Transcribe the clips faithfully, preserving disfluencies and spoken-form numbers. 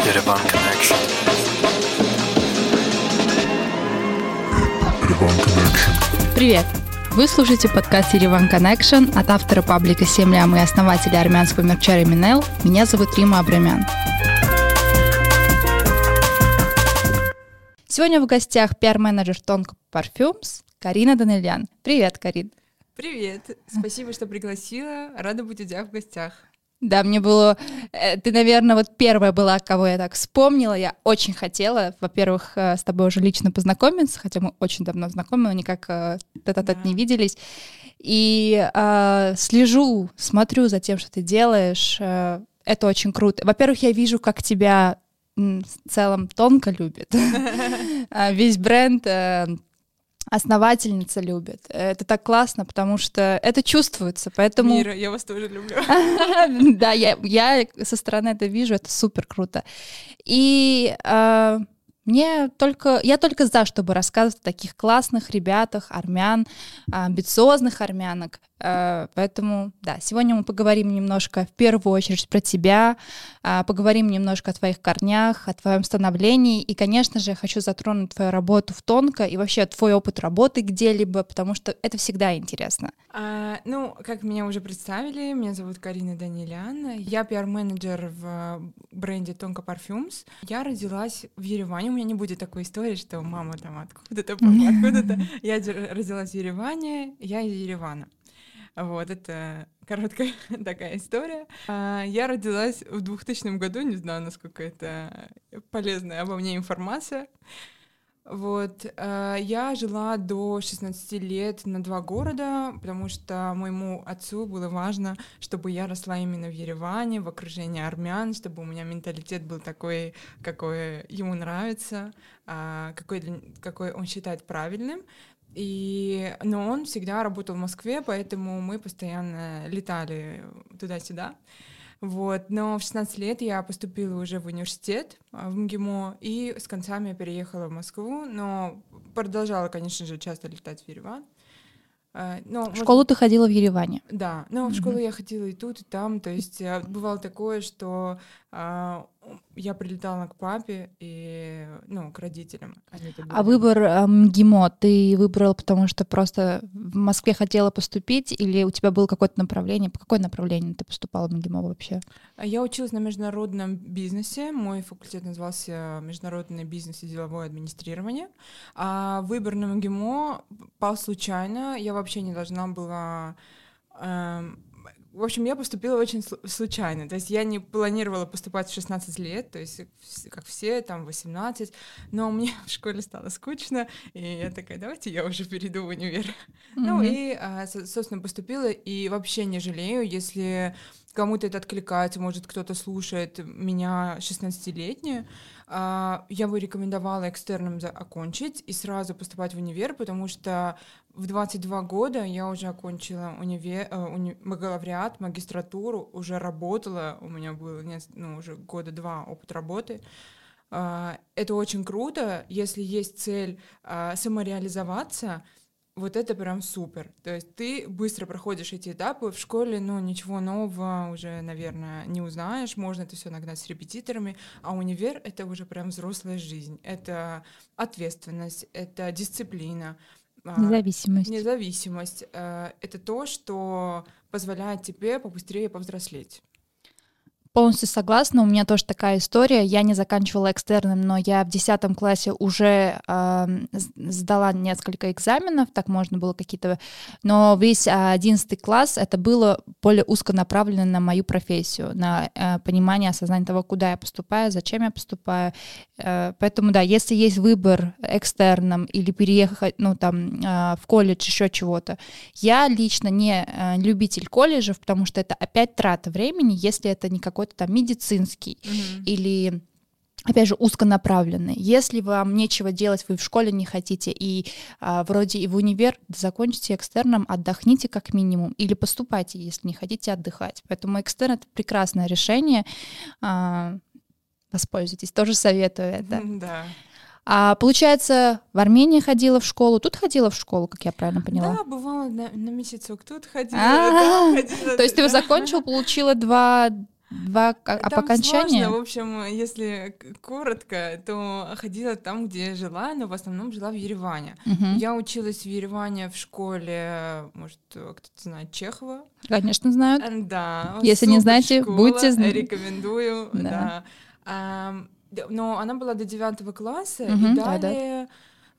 Yerevan Connection. Привет! Вы слушаете подкаст Yerevan Connection от автора паблика семь лям и основателя армянского мерча Реминел. Меня зовут Рима Абрамян. Сегодня в гостях пиар-менеджер Tonka Parfums Карина Данильян. Привет, Карин. Привет, спасибо, что пригласила, рада быть у тебя в гостях. Да, мне было... Ты, наверное, вот первая была, кого я так вспомнила. Я очень хотела, во-первых, с тобой уже лично познакомиться, хотя мы очень давно знакомы, но никак тет-а-тет не виделись. И э, слежу, смотрю за тем, что ты делаешь. Э, это очень круто. Во-первых, я вижу, как тебя в целом Tonka любит. Весь бренд... основательница любит. Это так классно, потому что это чувствуется, поэтому... Мира, я вас тоже люблю. Да, я, я со стороны это вижу, это супер круто. И э, мне только... Я только за, чтобы рассказывать о таких классных ребятах, армян, амбициозных армянок. Э, поэтому, да, сегодня мы поговорим немножко, в первую очередь, про тебя, э, поговорим немножко о твоих корнях, о твоем становлении, и, конечно же, я хочу затронуть твою работу в Tonka и вообще твой опыт работы где-либо, потому что это всегда интересно. А, ну, как меня уже представили, меня зовут Карина Данильян, я пиар-менеджер в бренде Tonka Parfums. Я родилась в Ереване, у меня не будет такой истории, что мама там откуда-то, папа откуда-то. Я родилась в Ереване, я из Еревана. Вот, это короткая такая история. Я родилась в двухтысячном году, не знаю, насколько это полезная обо мне информация. Вот, я жила до шестнадцати лет на два города, потому что моему отцу было важно, чтобы я росла именно в Ереване, в окружении армян, чтобы у меня менталитет был такой, какой ему нравится, какой, какой он считает правильным. И, но он всегда работал в Москве, поэтому мы постоянно летали туда-сюда. Вот. Но в шестнадцать лет я поступила уже в университет в МГИМО, и с концами я переехала в Москву, но продолжала, конечно же, часто летать в Ереван. Но, в школу может... ты ходила в Ереване? Да, но mm-hmm. в школу я ходила и тут, и там, то есть бывало такое, что а, я прилетала к папе и, ну, к родителям. А выбор МГИМО ты выбрала, потому что просто в Москве хотела поступить, или у тебя было какое-то направление? По какое направление ты поступала в МГИМО вообще? Я училась на международном бизнесе, мой факультет назывался «Международный бизнес и деловое администрирование», а выбор на МГИМО пал случайно, я вообще не должна была... Эм, в общем, я поступила очень случайно, то есть я не планировала поступать в шестнадцать лет, то есть как все, там, восемнадцать, но мне в школе стало скучно, и я такая, давайте я уже перейду в универ. Mm-hmm. Ну и, собственно, поступила, и вообще не жалею, если кому-то это откликается, может, кто-то слушает меня шестнадцатилетнюю, я бы рекомендовала экстерном окончить и сразу поступать в универ, потому что в двадцать два года я уже окончила универ, уни, бакалавриат, магистратуру, уже работала, у меня было ну, уже года два опыт работы. Это очень круто, если есть цель самореализоваться, вот это прям супер. То есть ты быстро проходишь эти этапы. В школе, ну, ничего нового уже, наверное, не узнаешь. Можно это все нагнать с репетиторами. А универ — это уже прям взрослая жизнь. Это ответственность, это дисциплина. Независимость. Независимость. Это то, что позволяет тебе побыстрее повзрослеть. Полностью согласна, у меня тоже такая история. Я не заканчивала экстерном, но я в десятом классе уже э, сдала несколько экзаменов, так можно было какие-то... Но весь одиннадцатый класс это было более узконаправленно на мою профессию, на э, понимание, осознание того, куда я поступаю, зачем я поступаю. Э, поэтому, да, если есть выбор экстерном или переехать, ну, там, э, в колледж, еще чего-то, я лично не э, любитель колледжев, потому что это опять трата времени, если это не какой-то там медицинский mm-hmm. или, опять же, узконаправленный. Если вам нечего делать, вы в школе не хотите, и а, вроде и в универ, закончите экстерном, отдохните как минимум, или поступайте, если не хотите отдыхать. Поэтому экстерн — это прекрасное решение. А, воспользуйтесь, тоже советую это. Mm-hmm, да. А, получается, в Армении ходила в школу, тут ходила в школу, как я правильно поняла? Да, бывало на, на месяцок тут ходила, там ходила. То есть ты закончила, получила два Два, а, а по Там окончании? сложно, в общем, если к- коротко, то ходила там, где жила, но в основном жила в Ереване. Мгм. Я училась в Ереване в школе, может, кто-то знает, Чехова. Конечно, знают. Э, Да, Если не супер знаете, будьте... школа, зн- рекомендую, Да. да. Ам, д- Но она была до девятого класса, и Мгм, да, да. далее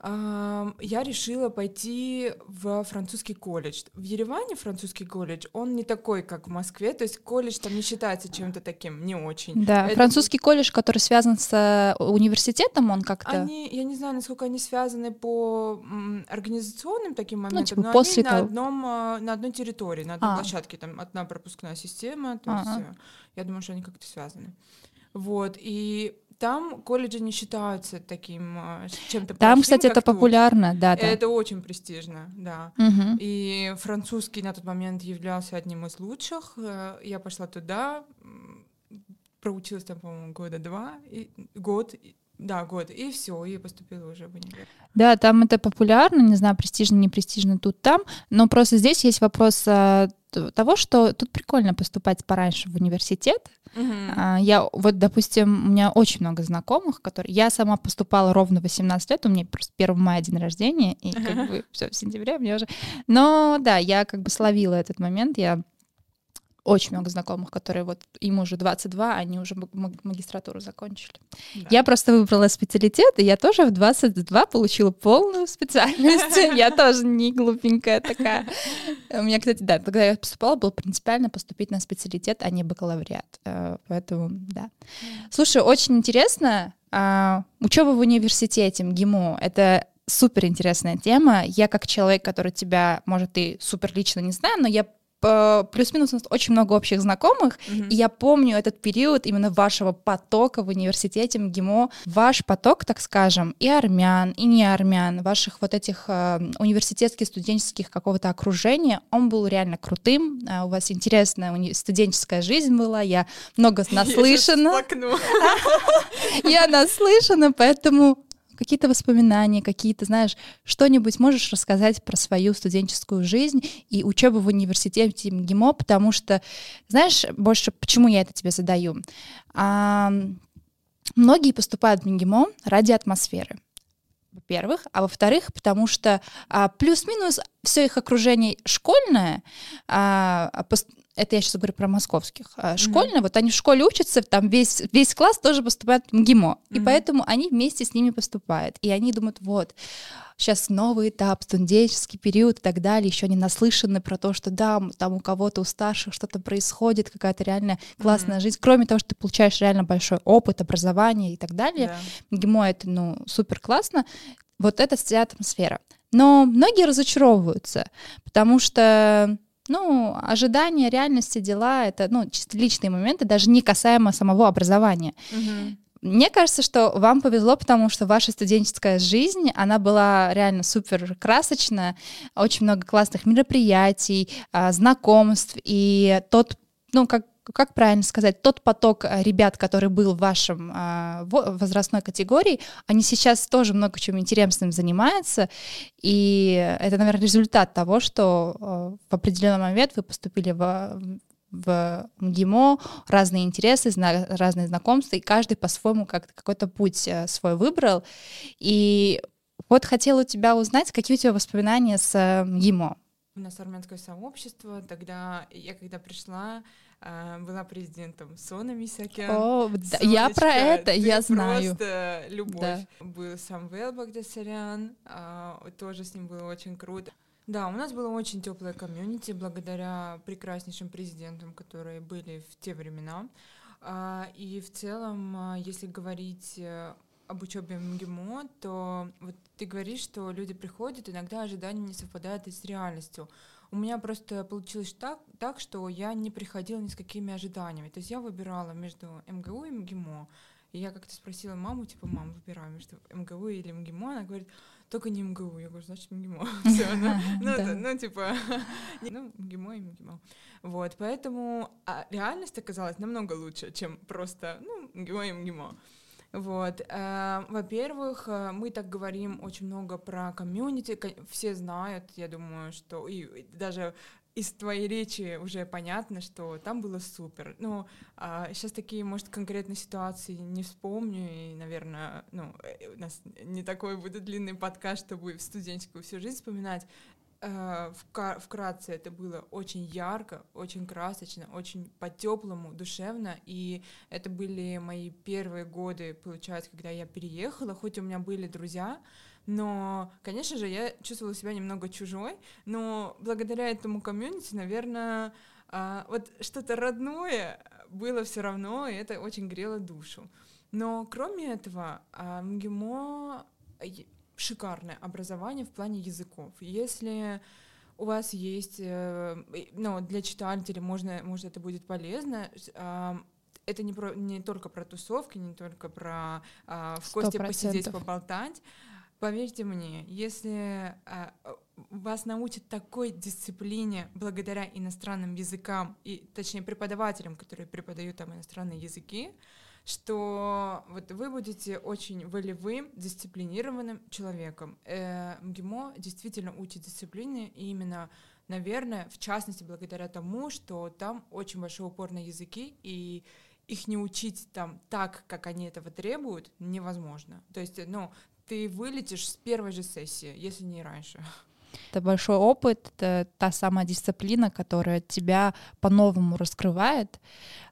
ам, я решила пойти в французский колледж. В Ереване французский колледж, он не такой, как в Москве, то есть колледж там не считается чем-то таким, не очень. Да, Это б- французский колледж, который связан с э, университетом, он как-то, Они, я не знаю, насколько они связаны по м, организационным таким ну, моментам, типа, но они после на того... одном, а, на одной территории, на одной А, площадке, там одна пропускная система, то есть а, э, я думаю, что они как-то связаны. Вот, и там колледжи не считаются таким а, ш- чем-то там, плохим, кстати, это как тут. популярно, да-да. Это очень престижно, да. Мгм. И французский на тот момент являлся одним из лучших. Э, Я пошла туда, м, проучилась там, по-моему, года два, и, год, и- да, год, и все, и поступила уже в универ. Да, там это популярно, не знаю, престижно, не престижно тут, там, но просто здесь есть вопрос а, т- того, что тут прикольно поступать пораньше в университет. Мгм. А, Я вот, допустим, у меня очень много знакомых, которые... Я сама поступала ровно в восемнадцать лет, у меня просто первого мая день рождения, и как бы все в сентябре мне уже... Но да, я как бы словила этот момент, я очень много знакомых, которые вот им уже двадцать два, они уже м- м- магистратуру закончили. Да. Я просто выбрала специалитет, и я тоже в двадцать два получила полную специальность. Я тоже не глупенькая такая. У меня, кстати, да, когда я поступала, было принципиально поступить на специалитет, а не бакалавриат. Э, Поэтому, да. Слушай, очень интересно. а, Учеба в университете, МГИМО, это супер интересная тема. Я как человек, который тебя, может, и супер лично не знаю, но я по- плюс-минус у нас очень много общих знакомых, Мгм. и я помню этот период именно вашего потока в университете МГИМО. Ваш поток, так скажем, и армян, и не армян, ваших вот этих э, университетских, студенческих какого-то окружения, он был реально крутым. А, у вас интересная уни- студенческая жизнь была, я много Я щас наслышана. всплакну. Я наслышана, поэтому какие-то воспоминания, какие-то, знаешь, что-нибудь можешь рассказать про свою студенческую жизнь и учебу в университете МГИМО, потому что, знаешь, больше почему я это тебе задаю? А, многие поступают в МГИМО ради атмосферы, во-первых, а во-вторых, потому что а, плюс-минус все их окружение школьное, а, а пос- это я сейчас говорю про московских, а, Мгм. школьное, вот они в школе учатся, там весь, весь класс тоже поступает в МГИМО, и Мгм. поэтому они вместе с ними поступают, и они думают, вот, сейчас новый этап, студенческий период и так далее, еще не наслышаны про то, что да, м, там у кого-то, у старших что-то происходит, какая-то реально классная Мгм. жизнь, кроме того, что ты получаешь реально большой опыт, образование и так далее, Да. МГИМО — это, ну, супер классно, вот это вся атмосфера. Но многие разочаровываются, потому что, ну, ожидания, реальности, дела — это, ну, чисто личные моменты, даже не касаемо самого образования. Мгм. Мне кажется, что вам повезло, потому что ваша студенческая жизнь, она была реально супер красочная, очень много классных мероприятий, а, знакомств, и тот, ну, как как правильно сказать, тот поток а, ребят, который был в вашем а, во- возрастной категории, они сейчас тоже много чем интересным занимаются, и это, наверное, результат того, что а, в определенный момент вы поступили в, в МГИМО, разные интересы, зна- разные знакомства, и каждый по-своему как какой-то путь э, свой выбрал. И вот хотела у тебя узнать, какие у тебя воспоминания с э, МГИМО. У нас армянское сообщество. Тогда я, когда пришла, а, была президентом Сона Мисакян. О, да, я про Сонечка, это, ты я знаю. просто любовь. Да. Был Самвел Багдасарян, а, тоже с ним было очень круто. Да, у нас было очень теплое комьюнити благодаря прекраснейшим президентам, которые были в те времена. А, И в целом, а, если говорить э, об учебе в МГИМО, то вот ты говоришь, что люди приходят, иногда ожидания не совпадают и с реальностью. У меня просто получилось так, так, что я не приходила ни с какими ожиданиями. То есть я выбирала между МГУ и МГИМО. И я как-то спросила маму, типа, мам, выбираю между МГУ или МГИМО. Она говорит, только не МГУ. Я говорю, значит, МГИМО. Все, ну, ну, Да. это, ну, типа, не- ну, МГИМО и МГИМО. Вот, поэтому а реальность оказалась намного лучше, чем просто, ну, МГИМО и МГИМО. Вот. э, Во-первых, э, мы так говорим очень много про комьюнити, ко- все знают, я думаю, что и и даже из твоей речи уже понятно, что там было супер. Ну, а сейчас такие, может, конкретные ситуации не вспомню, и, наверное, ну, у нас не такой будет длинный подкаст, чтобы в студенческую всю жизнь вспоминать. Вкратце это было очень ярко, очень красочно, очень по-теплому, душевно, и это были мои первые годы, получается, когда я переехала, хоть у меня были друзья, но, конечно же, я чувствовала себя немного чужой, но благодаря этому комьюнити, наверное, вот что-то родное было все равно, и это очень грело душу. Но кроме этого, МГИМО шикарное образование в плане языков. Если у вас есть, ну, для читателей, можно, может, это будет полезно, это не, про, не только про тусовки, не только про в кости посидеть, поболтать. Поверьте мне, если вас научат такой дисциплине благодаря иностранным языкам, и, точнее, преподавателям, которые преподают там иностранные языки, что вот вы будете очень волевым, дисциплинированным человеком. Э, МГИМО действительно учит дисциплине, и именно, наверное, в частности, благодаря тому, что там очень большой упор на языки, и их не учить там так, как они этого требуют, невозможно. То есть, ну, ты вылетишь с первой же сессии, если не раньше. Это большой опыт, это та самая дисциплина, которая тебя по-новому раскрывает.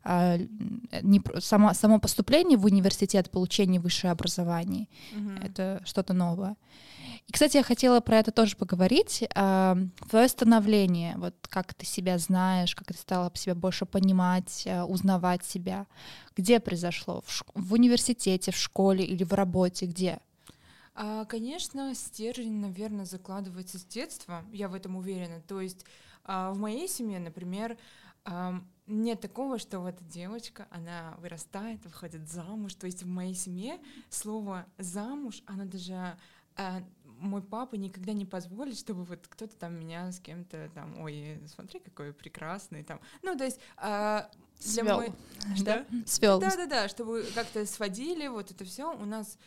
Не, само, само поступление в университет, получение высшего образования mm-hmm. — это что-то новое. И, кстати, я хотела про это тоже поговорить. Твое становление, вот как ты себя знаешь, как ты стала себя больше понимать, узнавать себя. Где произошло? В, ш... в университете, в школе или в работе? Где? Конечно, стержень, наверное, закладывается с детства, я в этом уверена. То есть в моей семье, например, нет такого, что вот девочка, она вырастает, выходит замуж. То есть в моей семье слово «замуж», оно даже... Мой папа никогда не позволит, чтобы вот кто-то там меня с кем-то там, ой, смотри, какой прекрасный там. Ну, то есть... Свел. Мой... Да? Свел. Да-да-да, чтобы как-то сводили, вот это все у нас...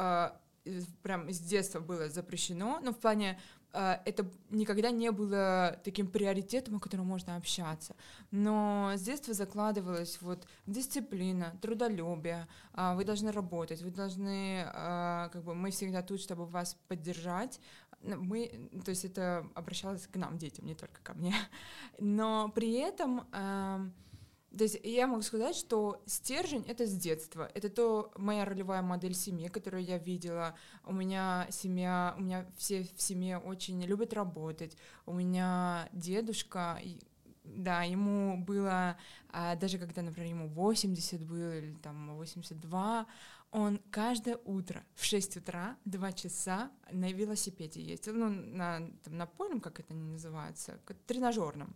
прям с детства было запрещено, но в плане э, это никогда не было таким приоритетом, о котором можно общаться. Но с детства закладывалась вот дисциплина, трудолюбие, э, вы должны работать, вы должны, э, как бы мы всегда тут, чтобы вас поддержать. Мы, то есть это обращалось к нам, детям, не только ко мне. Но при этом... Э, То есть я могу сказать, что стержень — это с детства. Это то моя ролевая модель семьи, которую я видела. У меня семья, у меня все в семье очень любят работать. У меня дедушка, да, ему было, даже когда, например, ему восемьдесят было или там восемьдесят два, он каждое утро в шесть утра, два часа на велосипеде ездил. Ну, на, там, на польном, как это называется, тренажерном.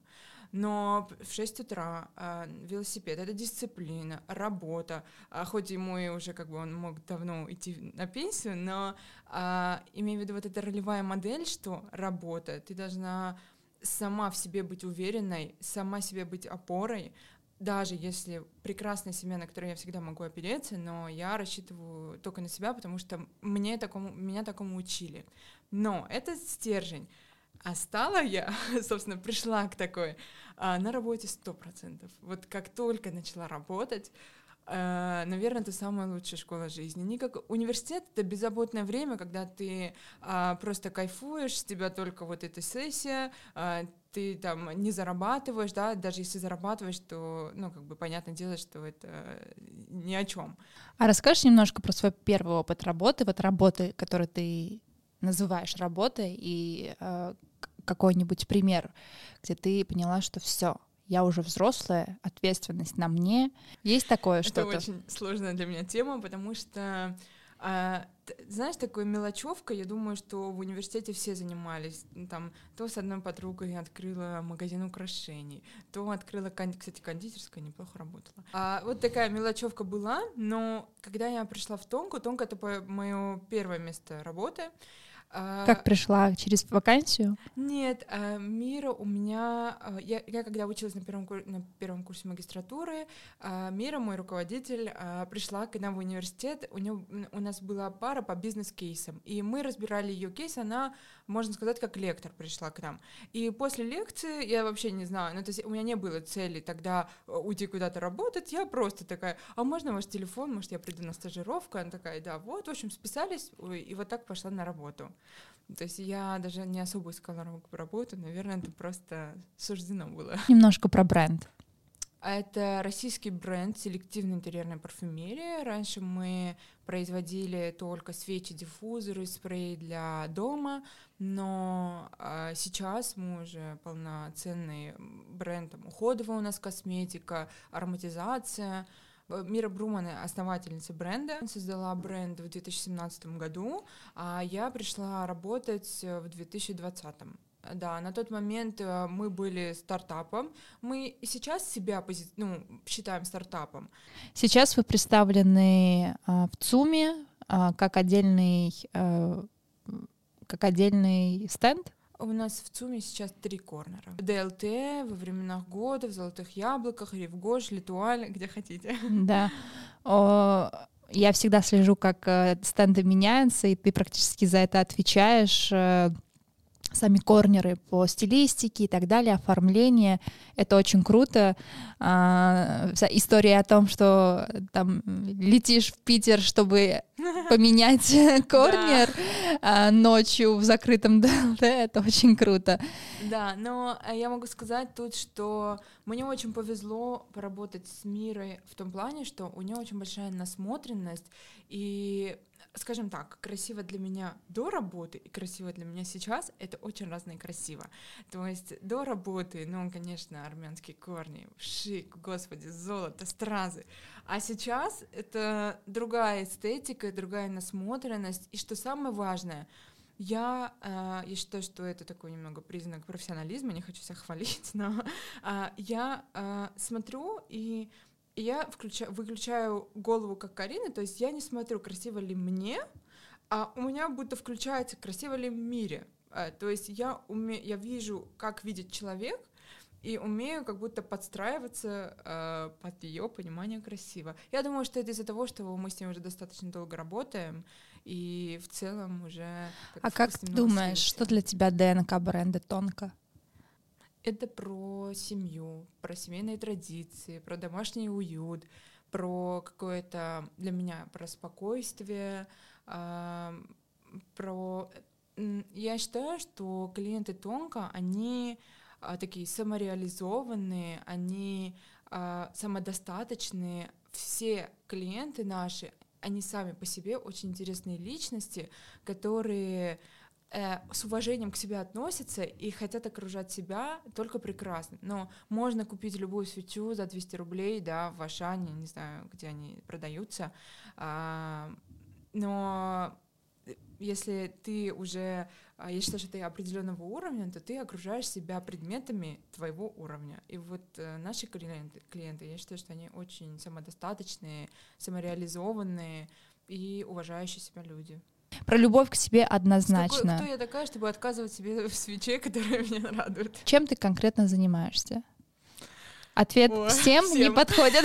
Но в шесть утра э, велосипед — это дисциплина, работа. А хоть ему и уже как бы он мог давно идти на пенсию, но э, имею в виду вот эта ролевая модель, что работа, ты должна сама в себе быть уверенной, сама себе быть опорой, даже если прекрасная семья, на которую я всегда могу опереться, но я рассчитываю только на себя, потому что мне такому, меня такому учили. Но это стержень. А стала я, собственно, пришла к такой а, на работе сто процентов. Вот как только начала работать, а, наверное, это самая лучшая школа жизни. Не как университет, это беззаботное время, когда ты а, просто кайфуешь, с тебя только вот эта сессия, а, ты там не зарабатываешь, да, даже если зарабатываешь, то, ну, как бы понятное дело, что это ни о чем. А расскажешь немножко про свой первый опыт работы, вот работы, которую ты называешь работой, и э, какой-нибудь пример, где ты поняла, что все, я уже взрослая, ответственность на мне. Есть такое что-то? Это очень сложная для меня тема, потому что, э, знаешь, такой мелочевка, я думаю, что в университете все занимались. Там, то с одной подругой открыла магазин украшений, то открыла, кстати, кондитерская, неплохо работала. А вот такая мелочевка была, но когда я пришла в Тонку, Тонка — это мое первое место работы, Как пришла? Через вакансию? Нет, Мира у меня... Я, я когда училась на первом, на первом курсе магистратуры, Мира, мой руководитель, пришла к нам в университет. У, него, у нас была пара по бизнес-кейсам, и мы разбирали ее кейс. Она, можно сказать, как лектор пришла к нам. И после лекции, я вообще не знаю, ну, то есть у меня не было цели тогда уйти куда-то работать, я просто такая, а можно ваш телефон, может, я приду на стажировку? Она такая, да, вот, в общем, списались, и вот так пошла на работу. То есть я даже не особо искала работу, наверное, это просто суждено было. Немножко про бренд. Это российский бренд селективной интерьерной парфюмерии. Раньше мы производили только свечи, диффузоры, спреи для дома, но а, сейчас мы уже полноценный бренд, там, уходовая у нас косметика, ароматизация. Мира Бруман, основательница бренда, создала бренд в две тысячи семнадцатом году, а я пришла работать в две тысячи двадцатом. Да, на тот момент мы были стартапом. Мы и сейчас себя пози... ну, считаем стартапом. Сейчас вы представлены а, в ЦУМе а, как отдельный, а, как отдельный стенд. У нас в ЦУМе сейчас три корнера. ДЛТ, во временах года, в Золотых Яблоках, Ривгош, Литуаль, где хотите. Да. О, я всегда слежу, как стенды меняются, и ты практически за это отвечаешь. Сами корнеры по стилистике и так далее, оформление. Это очень круто. А, вся история о том, что там летишь в Питер, чтобы поменять корнер а, ночью в закрытом ДЛТ, это очень круто. Да, но я могу сказать тут, что мне очень повезло поработать с Мирой в том плане, что у нее очень большая насмотренность, и, скажем так, красиво для меня до работы и красиво для меня сейчас — это очень разное красиво. То есть до работы, ну, конечно, армянские корни, шик, господи, золото, стразы. А сейчас это другая эстетика, другая насмотренность, и что самое важное — Я, э, я считаю, что это такой немного признак профессионализма, не хочу себя хвалить, но э, я э, смотрю и, и я включаю, выключаю голову как Карина, то есть я не смотрю, красиво ли мне, а у меня будто включается, красиво ли в мире. Э, то есть я, уме, я вижу, как видит человек, и умею как будто подстраиваться э, под ее понимание красиво. Я думаю, что это из-за того, что мы с ней уже достаточно долго работаем, и в целом уже... А как ты думаешь, слился. Что для тебя ДНК бренда Тонка? Это про семью, про семейные традиции, про домашний уют, про какое-то, для меня, про спокойствие, э, про... Я считаю, что клиенты Тонка, они э, такие самореализованные, они э, самодостаточные. Все клиенты наши, они сами по себе очень интересные личности, которые э, с уважением к себе относятся и хотят окружать себя только прекрасным. Но можно купить любую свечу за двести рублей, да, в Ашане, не знаю, где они продаются, а, но если ты уже, я считаю, что ты определенного уровня, то ты окружаешь себя предметами твоего уровня. И вот э, наши клиенты, клиенты, я считаю, что они очень самодостаточные, самореализованные и уважающие себя люди. Про любовь к себе однозначно. Кто, кто я такая, чтобы отказывать себе в свече, которая меня радует? Чем ты конкретно занимаешься? Ответ О, всем, всем не подходит.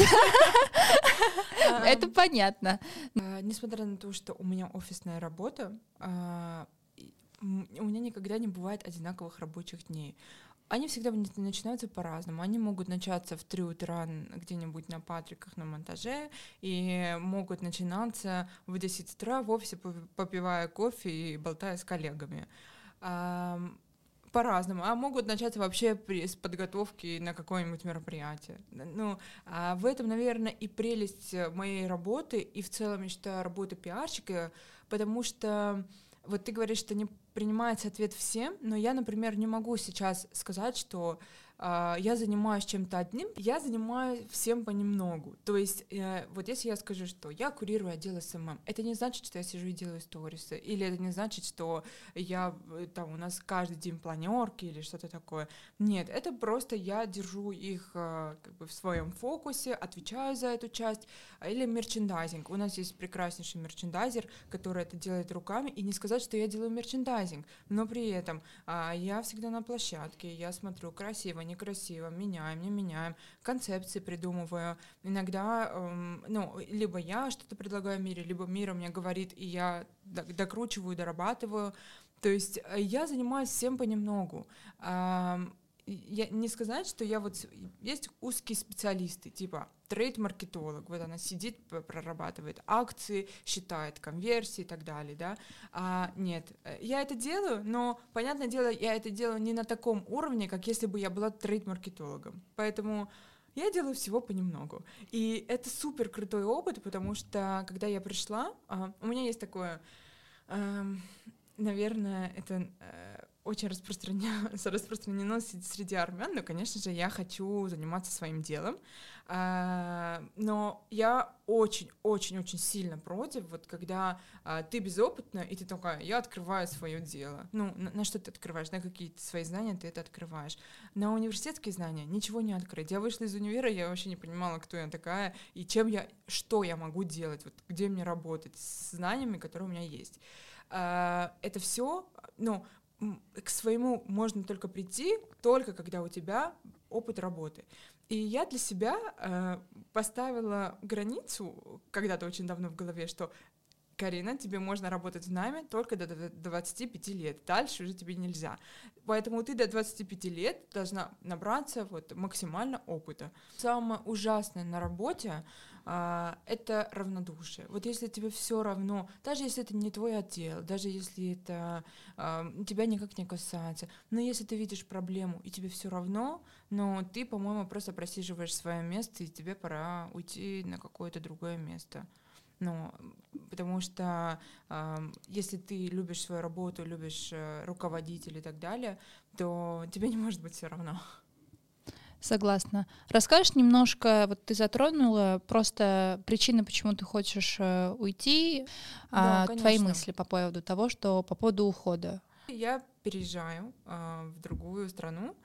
Это понятно. Несмотря на то, что у меня офисная работа, у меня никогда не бывает одинаковых рабочих дней. Они всегда начинаются по-разному. Они могут начаться в три утра где-нибудь на Патриках на монтаже и могут начинаться в десять утра в офисе, попивая кофе и болтая с коллегами. По-разному. А могут начаться вообще при, с подготовки на какое-нибудь мероприятие. Ну, а в этом, наверное, и прелесть моей работы, и в целом, я считаю, работы пиарщика, потому что вот ты говоришь, что не принимается ответ всем, но я, например, не могу сейчас сказать, что э, я занимаюсь чем-то одним, я занимаюсь всем понемногу. То есть э, вот если я скажу, что я курирую отдел эс эм эм, это не значит, что я сижу и делаю сторисы, или это не значит, что я там у нас каждый день планерки или что-то такое. Нет, это просто я держу их э, как бы в своем фокусе, отвечаю за эту часть. Или мерчендайзинг. У нас есть прекраснейший мерчендайзер, который это делает руками, и не сказать, что я делаю мерчендайзинг, но при этом э, я всегда на площадке, я смотрю красиво, некрасиво, меняем, не меняем, концепции придумываю. Иногда, э, ну, либо я что-то предлагаю Мире, либо Мира мне говорит, и я докручиваю, дорабатываю. То есть я занимаюсь всем понемногу. Я не сказать, что я вот... Есть узкие специалисты, типа трейд-маркетолог, вот она сидит, прорабатывает акции, считает конверсии и так далее, да. А, нет, я это делаю, но, понятное дело, я это делаю не на таком уровне, как если бы я была трейд-маркетологом. Поэтому я делаю всего понемногу. И это супер крутой опыт, потому что, когда я пришла, у меня есть такое... Наверное, это э, очень распространено, распространено среди армян, но, конечно же, я хочу заниматься своим делом, э, но я очень-очень-очень сильно против, вот когда э, ты безопытна, и ты такая, я открываю свое дело. Ну, на, на что ты открываешь? На какие-то свои знания ты это открываешь. На университетские знания ничего не открыть. Я вышла из универа, я вообще не понимала, кто я такая, и чем я, что я могу делать, вот где мне работать с знаниями, которые у меня есть. Это все, ну, к своему можно только прийти, только когда у тебя опыт работы. И я для себя э, поставила границу когда-то очень давно в голове, что Карина, тебе можно работать в найме только до двадцати пяти лет, дальше уже тебе нельзя. Поэтому ты до двадцати пяти лет должна набраться вот максимально опыта. Самое ужасное на работе а, — это равнодушие. Вот если тебе все равно, даже если это не твой отдел, даже если это а, тебя никак не касается, но если ты видишь проблему и тебе все равно, но ты, по-моему, просто просиживаешь свое место, и тебе пора уйти на какое-то другое место. Ну, потому что э, если ты любишь свою работу, любишь э, руководителей и так далее, то тебе не может быть все равно. Согласна. Расскажешь немножко, вот ты затронула просто причины, почему ты хочешь э, уйти, Да, э, твои мысли по поводу того, что по поводу ухода. Я переезжаю э, в другую страну,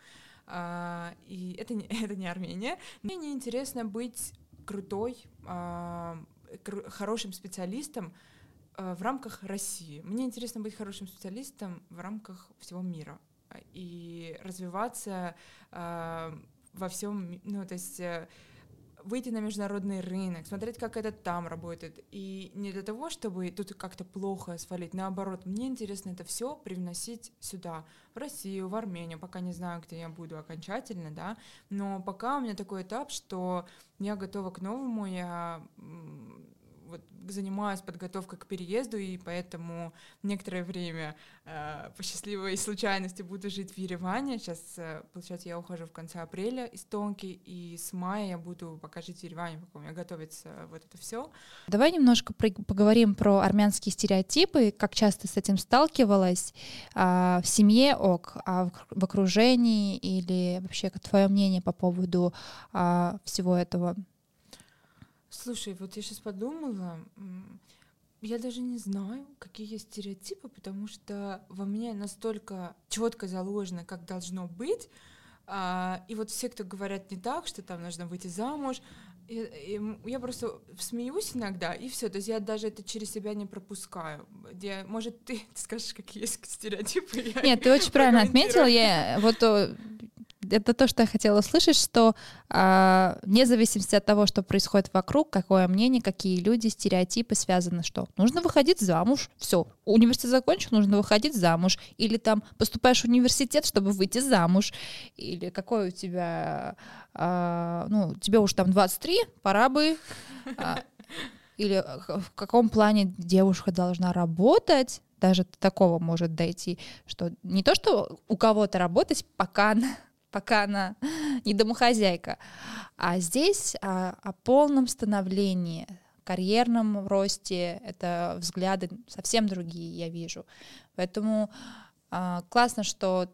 э, и это не, это не Армения. Мне неинтересно быть крутой, э, хорошим специалистом э, в рамках России. Мне интересно быть хорошим специалистом в рамках всего мира и развиваться э, во всем, ну, то есть э, выйти на международный рынок, смотреть, как это там работает. И не для того, чтобы тут как-то плохо свалить, наоборот, мне интересно это все привносить сюда, в Россию, в Армению, пока не знаю, где я буду окончательно, да, но пока у меня такой этап, что я готова к новому, я вот занимаюсь подготовкой к переезду, и поэтому некоторое время э, по счастливой случайности буду жить в Ереване. Сейчас, э, получается, я ухожу в конце апреля из Тонки, и с мая я буду пока жить в Ереване, пока у меня готовится вот это все. Давай немножко про- поговорим про армянские стереотипы, как часто с этим сталкивалась, а, в семье ок, а в, в окружении, или вообще как твое мнение по поводу а, всего этого? Слушай, вот я сейчас подумала, я даже не знаю, какие есть стереотипы, потому что во мне настолько четко заложено, как должно быть, а, и вот все, кто говорят не так, что там нужно выйти замуж, и, и я просто смеюсь иногда, и все, то есть я даже это через себя не пропускаю. Я, может, ты, ты скажешь, какие есть стереотипы? Нет, ты очень правильно отметила, я вот... Это то, что я хотела услышать, что э, вне зависимости от того, что происходит вокруг, какое мнение, какие люди, стереотипы связаны, что нужно выходить замуж, все, университет закончил, нужно выходить замуж, или там поступаешь в университет, чтобы выйти замуж, или какой у тебя, э, ну, тебе уж там двадцать три, пора бы, э, или в каком плане девушка должна работать, даже до такого может дойти, что не то, что у кого-то работать, пока она пока она не домохозяйка. А здесь о, о полном становлении, карьерном росте, это взгляды совсем другие, я вижу. Поэтому э, классно, что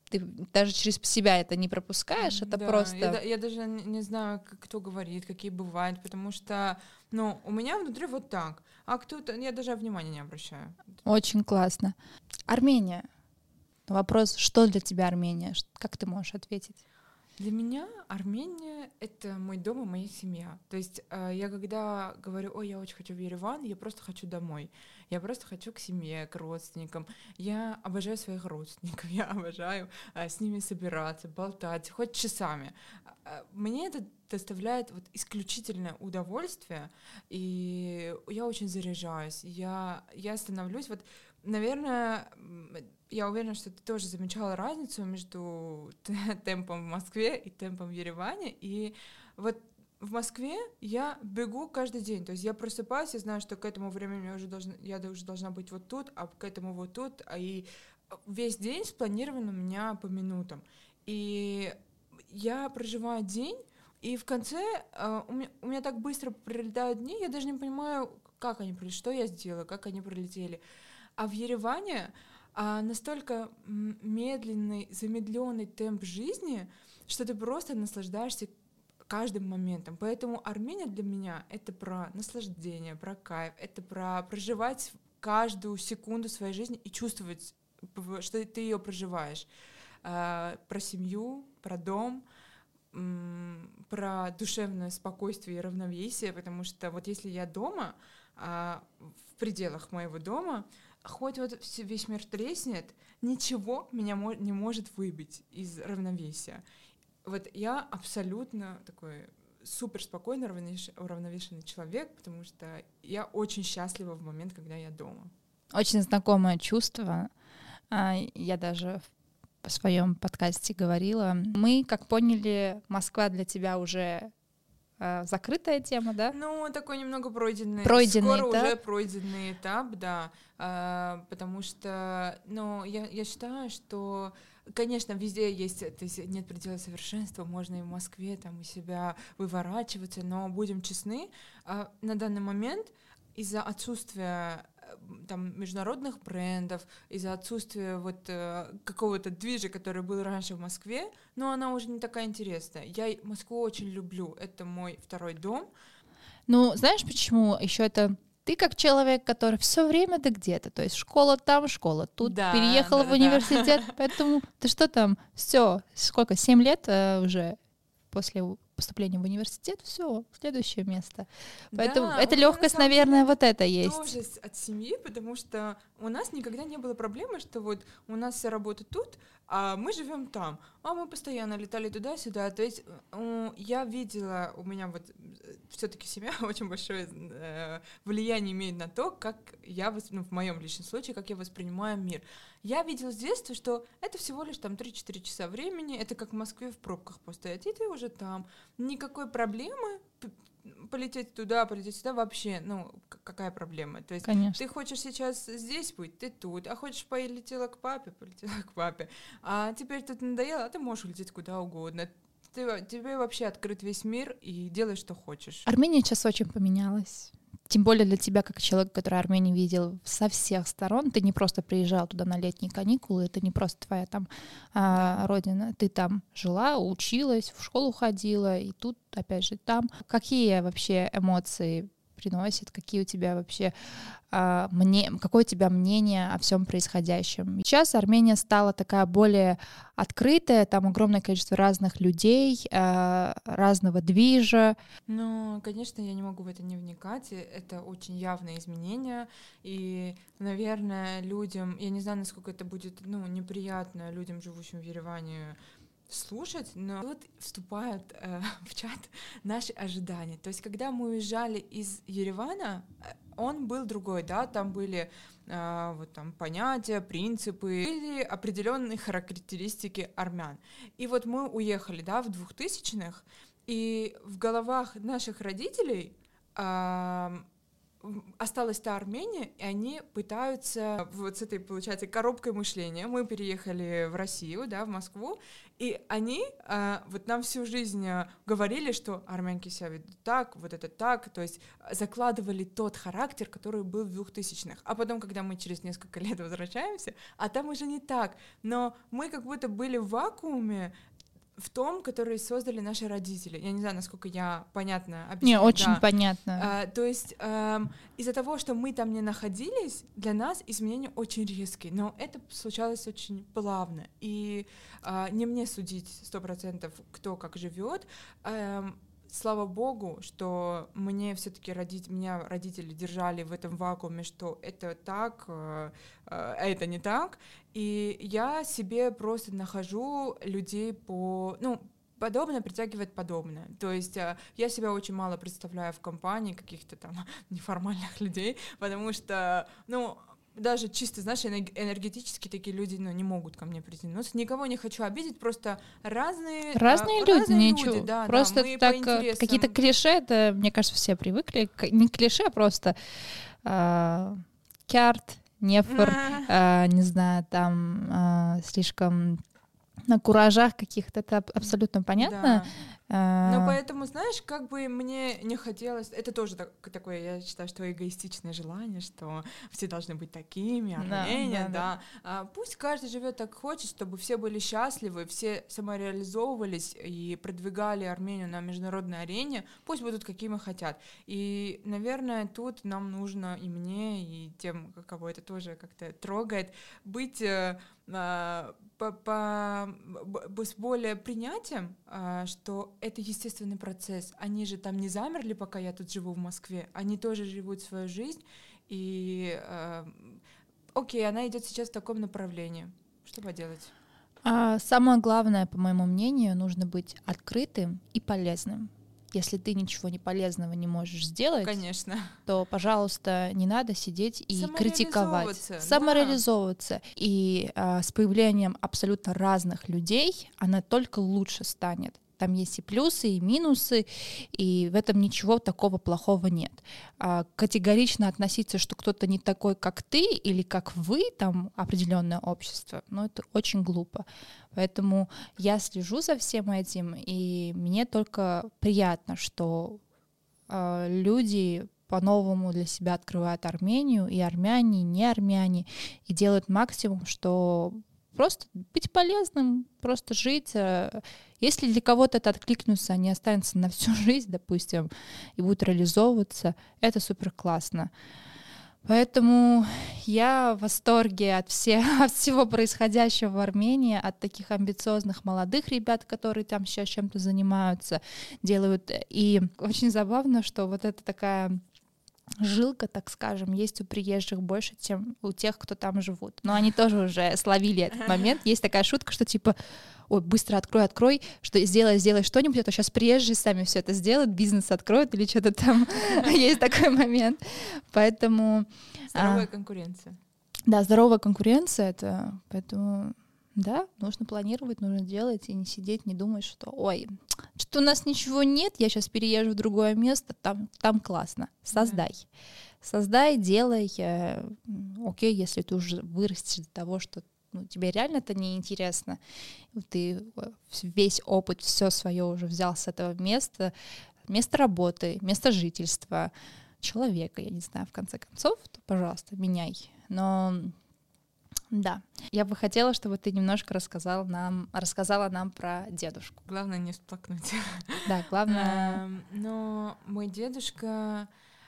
ты даже через себя это не пропускаешь, это да, просто... Я, я даже не знаю, кто говорит, какие бывают, потому что, ну, у меня внутри вот так, а кто-то, я даже внимания не обращаю. Очень классно. Армения. Вопрос, что для тебя Армения? Как ты можешь ответить? Для меня Армения — это мой дом и моя семья. То есть э, я когда говорю, ой, я очень хочу в Ереван, я просто хочу домой. Я просто хочу к семье, к родственникам. Я обожаю своих родственников, я обожаю э, с ними собираться, болтать, хоть часами. Э, мне это доставляет вот исключительное удовольствие, и я очень заряжаюсь. Я, я становлюсь вот, наверное, я уверена, что ты тоже замечала разницу между темпом в Москве и темпом в Ереване. И вот в Москве я бегу каждый день. То есть я просыпаюсь, я знаю, что к этому времени я уже должна, я уже должна быть вот тут, а к этому вот тут. А и весь день спланирован у меня по минутам. И я проживаю день, и в конце э, у, меня, у меня так быстро пролетают дни, я даже не понимаю, как они пролетели, что я сделала, как они пролетели. А в Ереване а настолько медленный, замедленный темп жизни, что ты просто наслаждаешься каждым моментом. Поэтому Армения для меня — это про наслаждение, про кайф, это про проживать каждую секунду своей жизни и чувствовать, что ты ее проживаешь. Про семью, про дом, про душевное спокойствие и равновесие, потому что вот если я дома, в пределах моего дома, хоть вот весь мир треснет, ничего меня не может выбить из равновесия. Вот я абсолютно такой супер спокойный, уравновешенный человек, потому что я очень счастлива в момент, когда я дома. Очень знакомое чувство. Я даже в своем подкасте говорила. Мы, как поняли, Москва для тебя уже закрытая тема, да? Ну, такой немного пройденный. Пройденный Скоро этап. уже пройденный этап, да. А, потому что, ну, я, я считаю, что, конечно, везде есть, то есть нет предела совершенства, можно и в Москве там у себя выворачиваться, но будем честны, а, на данный момент из-за отсутствия там международных брендов, из-за отсутствия вот э, какого-то движа, который был раньше в Москве, но она уже не такая интересная. Я Москву очень люблю, это мой второй дом. Ну, знаешь, почему еще это... Ты как человек, который все время ты где-то, то есть школа там, школа тут, да, переехала да, в университет, да. Поэтому ты что там, все, сколько, семь лет э, уже после поступления в университет, все, следующее место. Поэтому да, эта легкость, на наверное, вот это есть. Тоже от семьи, потому что у нас никогда не было проблемы, что вот у нас вся работа тут, а мы живем там, а мы постоянно летали туда-сюда. То есть я видела, у меня вот все-таки семья очень большое э, влияние имеет на то, как я, ну, в моем личном случае, как я воспринимаю мир. Я видела с детства, что это всего лишь там три-четыре часа времени, это как в Москве в пробках постоять, и ты уже там. Никакой проблемы полететь туда, полететь сюда вообще, ну, какая проблема? То есть Конечно. Ты хочешь сейчас здесь быть, ты тут, а хочешь полетела к папе, полетела к папе, а теперь тут надоело, а ты можешь улететь куда угодно. Ты, тебе вообще открыт весь мир и делай, что хочешь. Армения сейчас очень поменялась. Тем более для тебя, как человек, который Армению видел со всех сторон, ты не просто приезжал туда на летние каникулы, это не просто твоя там а, родина, ты там жила, училась, в школу ходила, и тут, опять же, там. Какие вообще эмоции приносит, какие у тебя вообще, а, мне, какое у тебя мнение о всем происходящем? Сейчас Армения стала такая более открытая, там огромное количество разных людей, а, разного движа. Ну, конечно, я не могу в это не вникать, это очень явные изменения, и, наверное, людям, я не знаю, насколько это будет, ну, неприятно людям, живущим в Ереване, слушать, но вот вступают э, в чат наши ожидания. То есть, когда мы уезжали из Еревана, он был другой, да, там были э, вот там понятия, принципы, были определенные характеристики армян. И вот мы уехали, да, в двухтысячных, и в головах наших родителей э, осталась та Армения, и они пытаются вот с этой, получается, коробкой мышления. Мы переехали в Россию, да, в Москву, и они а, вот нам всю жизнь говорили, что армянки себя ведут так, вот это так, то есть закладывали тот характер, который был в двухтысячных. А потом, когда мы через несколько лет возвращаемся, а там уже не так. Но мы как будто были в вакууме, в том, который создали наши родители. Я не знаю, насколько я понятно объясняю. Не, очень да. понятно. А, то есть а, из-за того, что мы там не находились, для нас изменения очень резкие, но это случалось очень плавно. И а, не мне судить сто процентов, кто как живет. А, слава богу, что мне все-таки родители, меня родители держали в этом вакууме, что это так, а это не так. И я себе просто нахожу людей по... Ну, подобное притягивает подобное. То есть я себя очень мало представляю в компании каких-то там неформальных людей, потому что, ну, даже чисто, знаешь, энергетически такие люди, ну, не могут ко мне притянуться. Никого не хочу обидеть, просто разные, разные а, люди, разные ничего. люди, да, просто да, мы так, по интересам. Какие-то клише, это, мне кажется, все привыкли. Не клише, а просто э, кярт, нефр, э, не знаю, там э, слишком на куражах каких-то, это абсолютно понятно. Да. Но поэтому, знаешь, как бы мне не хотелось... Это тоже так, такое, я считаю, что эгоистичное желание, что все должны быть такими, Армения, да. да, да. А пусть каждый живет так хочет, чтобы все были счастливы, все самореализовывались и продвигали Армению на международной арене, пусть будут какими хотят. И, наверное, тут нам нужно и мне, и тем, кого это тоже как-то трогает, быть... По, по, с более принятием, что это естественный процесс. Они же там не замерли, пока я тут живу в Москве. Они тоже живут свою жизнь. И э, окей, она идет сейчас в таком направлении. Что поделать? А самое главное, по моему мнению, нужно быть открытым и полезным. Если ты ничего не полезного не можешь сделать, конечно, то, пожалуйста, не надо сидеть и критиковать. Самореализовываться. Самореализовываться. Да. И а, с появлением абсолютно разных людей она только лучше станет. Там есть и плюсы, и минусы, и в этом ничего такого плохого нет. А категорично относиться, что кто-то не такой, как ты, или как вы, там, определенное общество, ну, это очень глупо. Поэтому я слежу за всем этим, и мне только приятно, что э, люди по-новому для себя открывают Армению, и армяне, и не армяне, и делают максимум, что просто быть полезным, просто жить. Если для кого-то это откликнется, они останутся на всю жизнь, допустим, и будут реализовываться, это супер классно. Поэтому я в восторге от, все, от всего происходящего в Армении, от таких амбициозных молодых ребят, которые там сейчас чем-то занимаются, делают. И очень забавно, что вот это такая... жилка, так скажем, есть у приезжих больше, чем у тех, кто там живут. Но они тоже уже словили этот момент. Есть такая шутка, что типа, ой, быстро открой, открой, что сделай, сделай что-нибудь, а то сейчас приезжие сами все это сделают, бизнес откроют или что-то там. Есть такой момент. Поэтому... Здоровая конкуренция. Да, здоровая конкуренция, это... Поэтому... Да, нужно планировать, нужно делать и не сидеть, не думать, что ой, что у нас ничего нет, я сейчас переезжу в другое место, там, там классно. Создай. Да. Создай, делай. Э, окей, если ты уже вырастешь до того, что ну, тебе реально это неинтересно, ты весь опыт, все свое уже взял с этого места, место работы, место жительства, человека, я не знаю, в конце концов, то, пожалуйста, меняй. Но да, я бы хотела, чтобы ты немножко рассказала нам, рассказала нам про дедушку. Главное не всплакнуть. Да, главное. Но мой дедушка,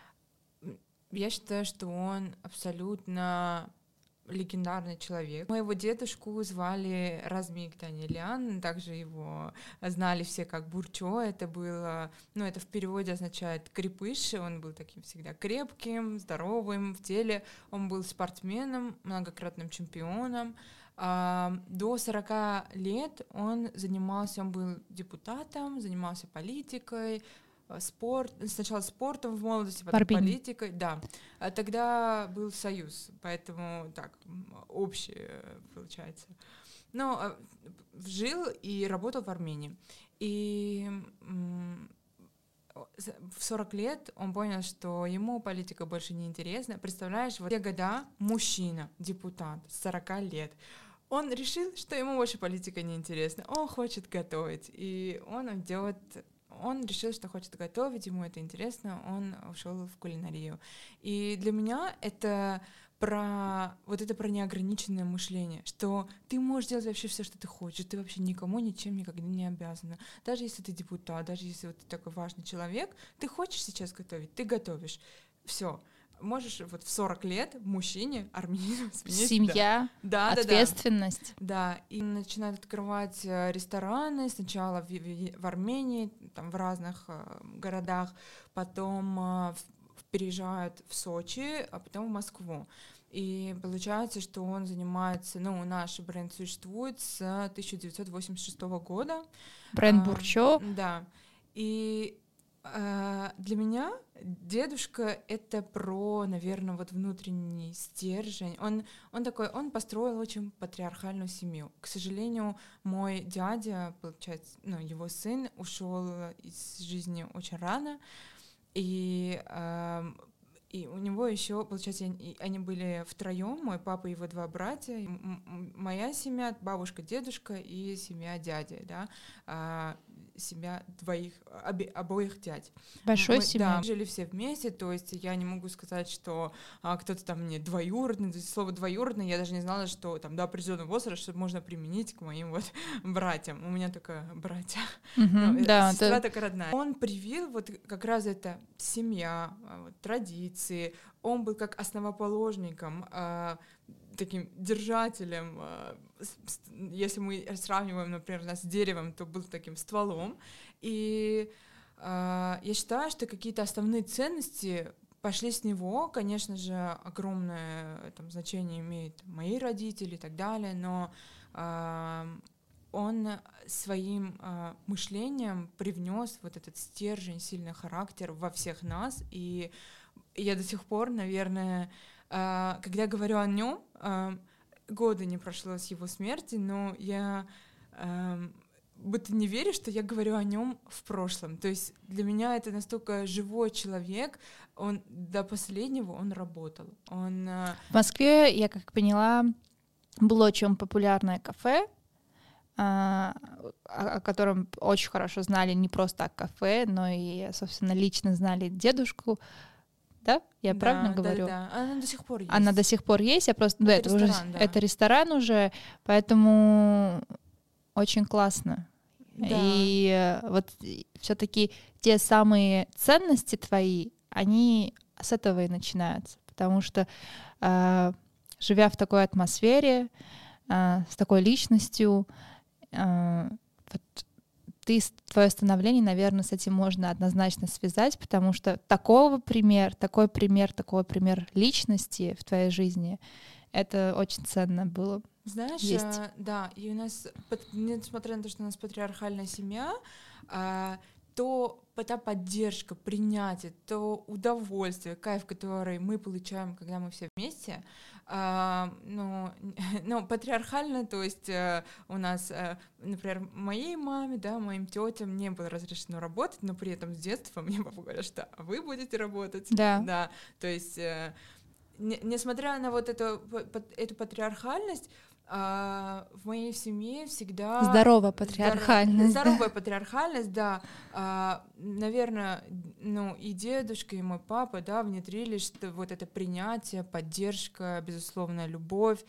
я считаю, что он абсолютно легендарный человек. Моего дедушку звали Размик Даниэлян, также его знали все как Бурчо. Это было, ну, это в переводе означает крепыш. Он был таким всегда крепким, здоровым в теле. Он был спортсменом, многократным чемпионом. До сорока лет он занимался, он был депутатом, занимался политикой, спорт, сначала спортом в молодости, потом Парбини. политикой, да. А тогда был союз, поэтому так, общее получается. Но жил и работал в Армении. И в сорок лет он понял, что ему политика больше не интересна. Представляешь, вот те года мужчина, депутат, сорок лет, он решил, что ему больше политика не интересна, он хочет готовить, и он делает... Он решил, что хочет готовить, ему это интересно, он ушел в кулинарию. И для меня это про вот это про неограниченное мышление, что ты можешь делать вообще все, что ты хочешь, ты вообще никому ничем никогда не обязана. Даже если ты депутат, даже если вот ты такой важный человек, ты хочешь сейчас готовить, ты готовишь. Все. Можешь вот в сорок лет мужчине, армянину сменить. Семья, да. Да, ответственность. Да, да, и начинают открывать рестораны сначала в, в, в Армении, там в разных э, городах, потом э, в, переезжают в Сочи, а потом в Москву. И получается, что он занимается, ну, наш бренд существует с тысяча девятьсот восемьдесят шестого года. Бренд Бурчо. А, да, и для меня дедушка — это про, наверное, вот внутренний стержень. Он, он такой, он построил очень патриархальную семью. К сожалению, мой дядя, получается, ну, его сын ушел из жизни очень рано, и э, и у него еще, получается, они были втроем, мой папа и его два братья, моя семья, бабушка, дедушка и семья дяди, да, а, семья двоих, обе, обоих дядь. Большой мы, семья. Да, мы жили все вместе, то есть я не могу сказать, что а, кто-то там мне двоюродный, слово двоюродный, я даже не знала, что там до определенного возраста что можно применить к моим вот братьям. У меня только братья, угу, ну, да, сестра это... только родная. Он привил вот как раз это семья, вот, традиции. Он был как основоположником, э, таким держателем. Э, с, если мы сравниваем, например, нас с деревом, то был таким стволом. И э, я считаю, что какие-то основные ценности пошли с него. Конечно же, огромное там значение имеют мои родители и так далее, но э, он своим э, мышлением привнес вот этот стержень, сильный характер во всех нас. И я до сих пор, наверное, э, когда говорю о нем, э, года не прошло с его смерти, но я э, будто не верю, что я говорю о нем в прошлом. То есть для меня это настолько живой человек, он до последнего он работал. Он, э... В Москве, я как поняла, было очень популярное кафе, о котором очень хорошо знали не просто так кафе, но и, собственно, лично знали дедушку. Да? Я да, правильно говорю? Да, да. Она до сих пор есть. Она до сих пор есть. Я просто... Это, да, ресторан, уже... да. это ресторан уже, поэтому очень классно. Да. И вот все-таки те самые ценности твои, они с этого и начинаются. Потому что, э, живя в такой атмосфере, э, с такой личностью, э, вот, ты, твое становление, наверное, с этим можно однозначно связать, потому что такого пример, такой пример, такой пример личности в твоей жизни, это очень ценно было. Знаешь, есть. А, да, и у нас, несмотря на то, что у нас патриархальная семья, а, то та поддержка, принятие, то удовольствие, кайф, который мы получаем, когда мы все вместе, а, ну, ну, патриархально, то есть а, у нас, а, например, моей маме, да, моим тетям не было разрешено работать, но при этом с детства мне папа говорит, что вы будете работать. Да. Да, то есть, а, не, несмотря на вот эту, эту патриархальность, Uh, в моей семье всегда... Здоровая патриархальность. Здоровая, здоровая патриархальность, да. Uh, наверное, ну, и дедушка, и мой папа, да, внедрили, что вот это принятие, поддержка, безусловно, любовь.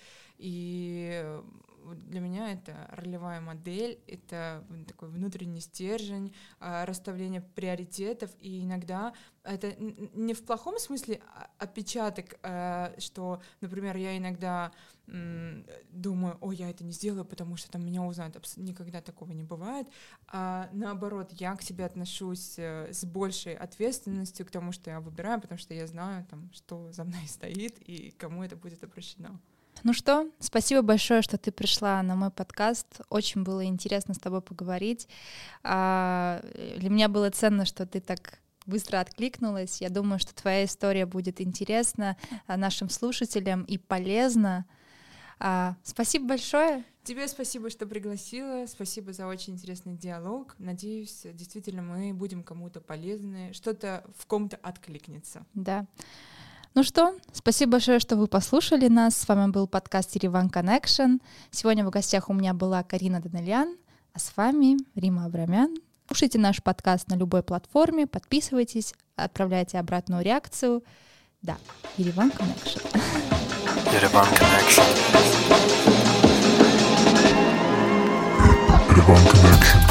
И для меня это ролевая модель, это такой внутренний стержень, расставление приоритетов, и иногда это не в плохом смысле отпечаток, что, например, я иногда думаю, ой, я это не сделаю, потому что там меня узнают. Никогда такого не бывает. А наоборот, я к себе отношусь с большей ответственностью к тому, что я выбираю, потому что я знаю, там, что за мной стоит и кому это будет обращено. Ну что, спасибо большое, что ты пришла на мой подкаст. Очень было интересно с тобой поговорить. А, для меня было ценно, что ты так быстро откликнулась. Я думаю, что твоя история будет интересна нашим слушателям и полезна. А, спасибо большое. Тебе спасибо, что пригласила. Спасибо за очень интересный диалог. Надеюсь, действительно, мы будем кому-то полезны, что-то в ком-то откликнется. Да. Ну что, спасибо большое, что вы послушали нас. С вами был подкаст Ереван Connection. Сегодня в гостях у меня была Карина Данильян, а с вами Рима Абрамян. Слушайте наш подкаст на любой платформе, подписывайтесь, отправляйте обратную реакцию. Да, Ереван Connection. Ереван Connection. Ереван Connection.